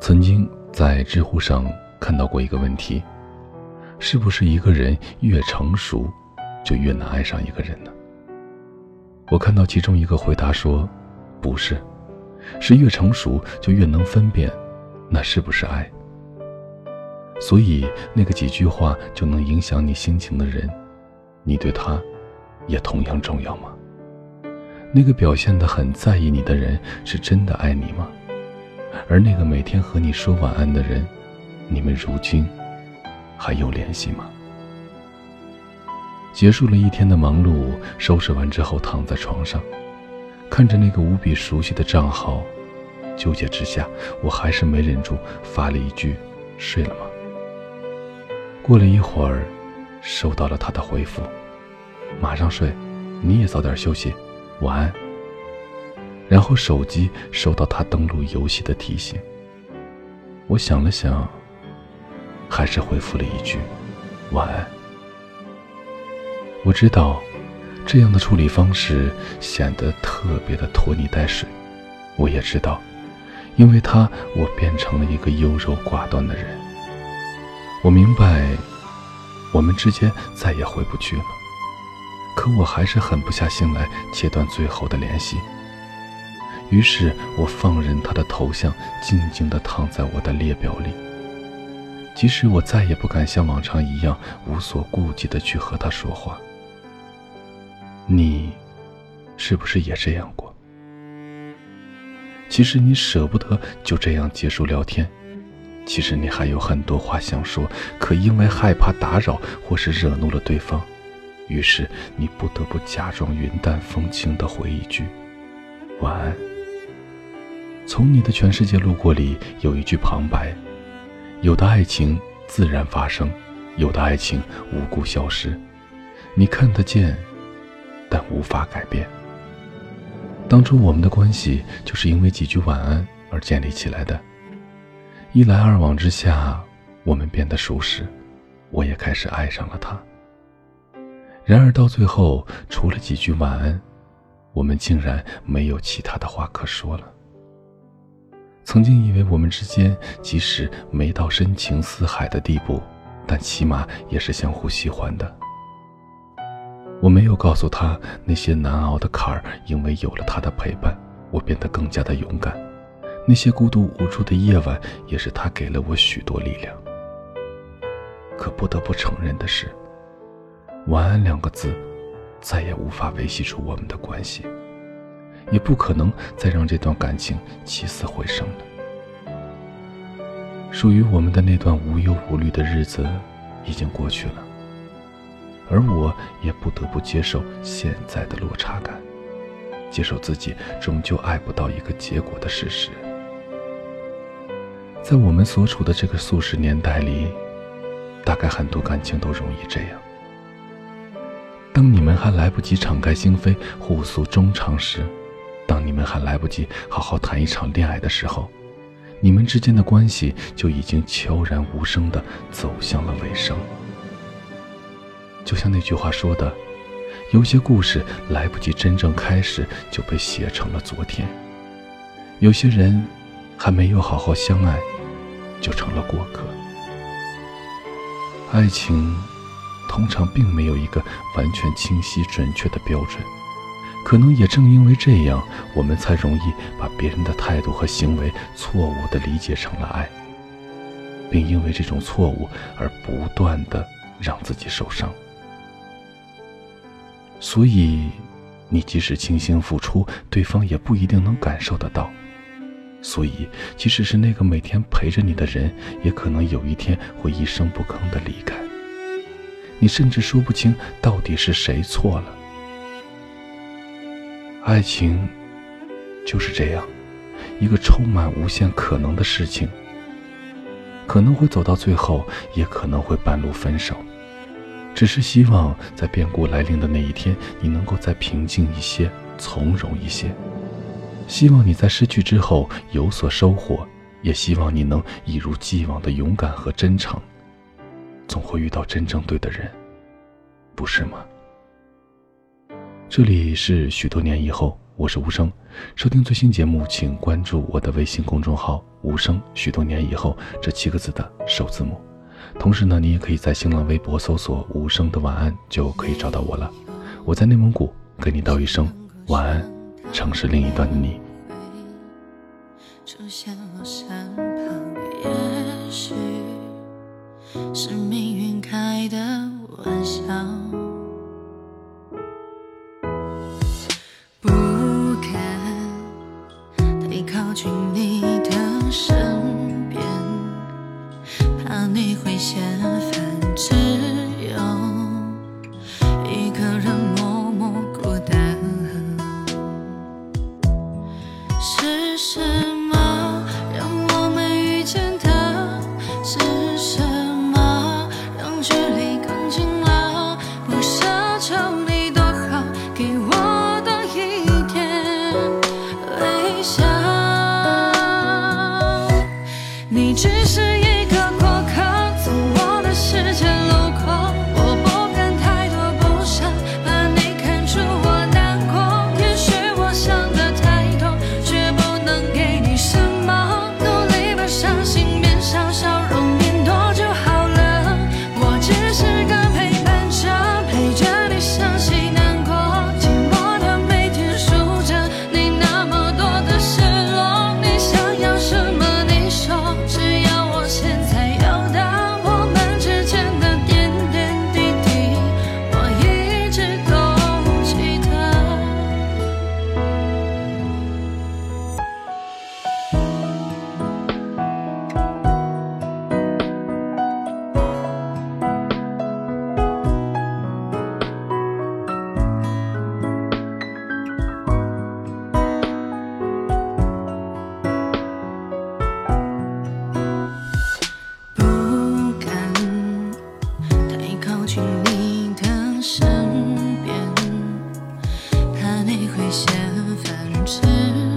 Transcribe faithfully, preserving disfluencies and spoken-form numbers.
曾经在知乎上看到过一个问题，是不是一个人越成熟就越难爱上一个人呢？我看到其中一个回答说，不是，是越成熟就越能分辨那是不是爱。所以那个几句话就能影响你心情的人，你对他也同样重要吗？那个表现得很在意你的人是真的爱你吗？而那个每天和你说晚安的人，你们如今还有联系吗？结束了一天的忙碌，收拾完之后躺在床上，看着那个无比熟悉的账号，纠结之下，我还是没忍住发了一句，睡了吗？过了一会儿，收到了他的回复，马上睡，你也早点休息，晚安。然后手机收到他登录游戏的提醒，我想了想，还是回复了一句晚安。我知道这样的处理方式显得特别的拖泥带水，我也知道因为他我变成了一个优柔寡断的人。我明白我们之间再也回不去了，可我还是狠不下心来切断最后的联系。于是我放任他的头像静静地躺在我的列表里，即使我再也不敢像往常一样无所顾忌地去和他说话。你是不是也这样过？其实你舍不得就这样结束聊天，其实你还有很多话想说，可因为害怕打扰或是惹怒了对方，于是你不得不假装云淡风轻地回一句晚安。从你的全世界路过里有一句旁白，有的爱情自然发生，有的爱情无故消失，你看得见，但无法改变。当初我们的关系就是因为几句晚安而建立起来的，一来二往之下，我们变得熟识，我也开始爱上了他。然而到最后，除了几句晚安，我们竟然没有其他的话可说了。曾经以为我们之间即使没到深情似海的地步，但起码也是相互喜欢的。我没有告诉他那些难熬的坎儿，因为有了他的陪伴，我变得更加的勇敢。那些孤独无助的夜晚，也是他给了我许多力量。可不得不承认的是，晚安两个字再也无法维系住我们的关系，也不可能再让这段感情起死回生了。属于我们的那段无忧无虑的日子已经过去了，而我也不得不接受现在的落差感，接受自己终究爱不到一个结果的事实。在我们所处的这个速食年代里，大概很多感情都容易这样。当你们还来不及敞开心扉互诉衷肠时，当你们还来不及好好谈一场恋爱的时候，你们之间的关系就已经悄然无声地走向了尾声。就像那句话说的，有些故事来不及真正开始就被写成了昨天，有些人还没有好好相爱就成了过客。爱情通常并没有一个完全清晰准确的标准，可能也正因为这样，我们才容易把别人的态度和行为错误地理解成了爱，并因为这种错误而不断地让自己受伤。所以你即使倾心付出，对方也不一定能感受得到。所以即使是那个每天陪着你的人，也可能有一天会一声不吭地离开，你甚至说不清到底是谁错了。爱情就是这样，一个充满无限可能的事情，可能会走到最后，也可能会半路分手。只是希望在变故来临的那一天，你能够再平静一些，从容一些。希望你在失去之后有所收获，也希望你能一如既往的勇敢和真诚。总会遇到真正对的人，不是吗？这里是许多年以后， 我是无声。收听最新节目，请关注我的微信公众号无声，许多年以后这七个字的首字母。同时呢，你也可以在新浪微博搜索无声的晚安，就可以找到我了。我在内蒙古跟你道一声晚安，城市另一端的你。 出现我身旁，也许是命运开的玩笑，不敢太靠近你的身边，怕你会嫌烦，只有一个人默默孤单。是什么让我们遇见的？是什么让距离更近了？不奢求你多好，给我多一点微笑。你只是一个过客，从我的世界路过，我不敢太多不舍，怕你看出我难过。也许我想的太多，却不能给你什么，努力把伤心变小，笑容变多就好了。我只是个陪伴者，陪着你伤心难过，寂寞的每天数着你那么多的失落。你想要什么你说，只要我现在有的，我们之间的点点滴滴，我一直都记得。不敢太靠近你的身边，怕你会嫌烦，只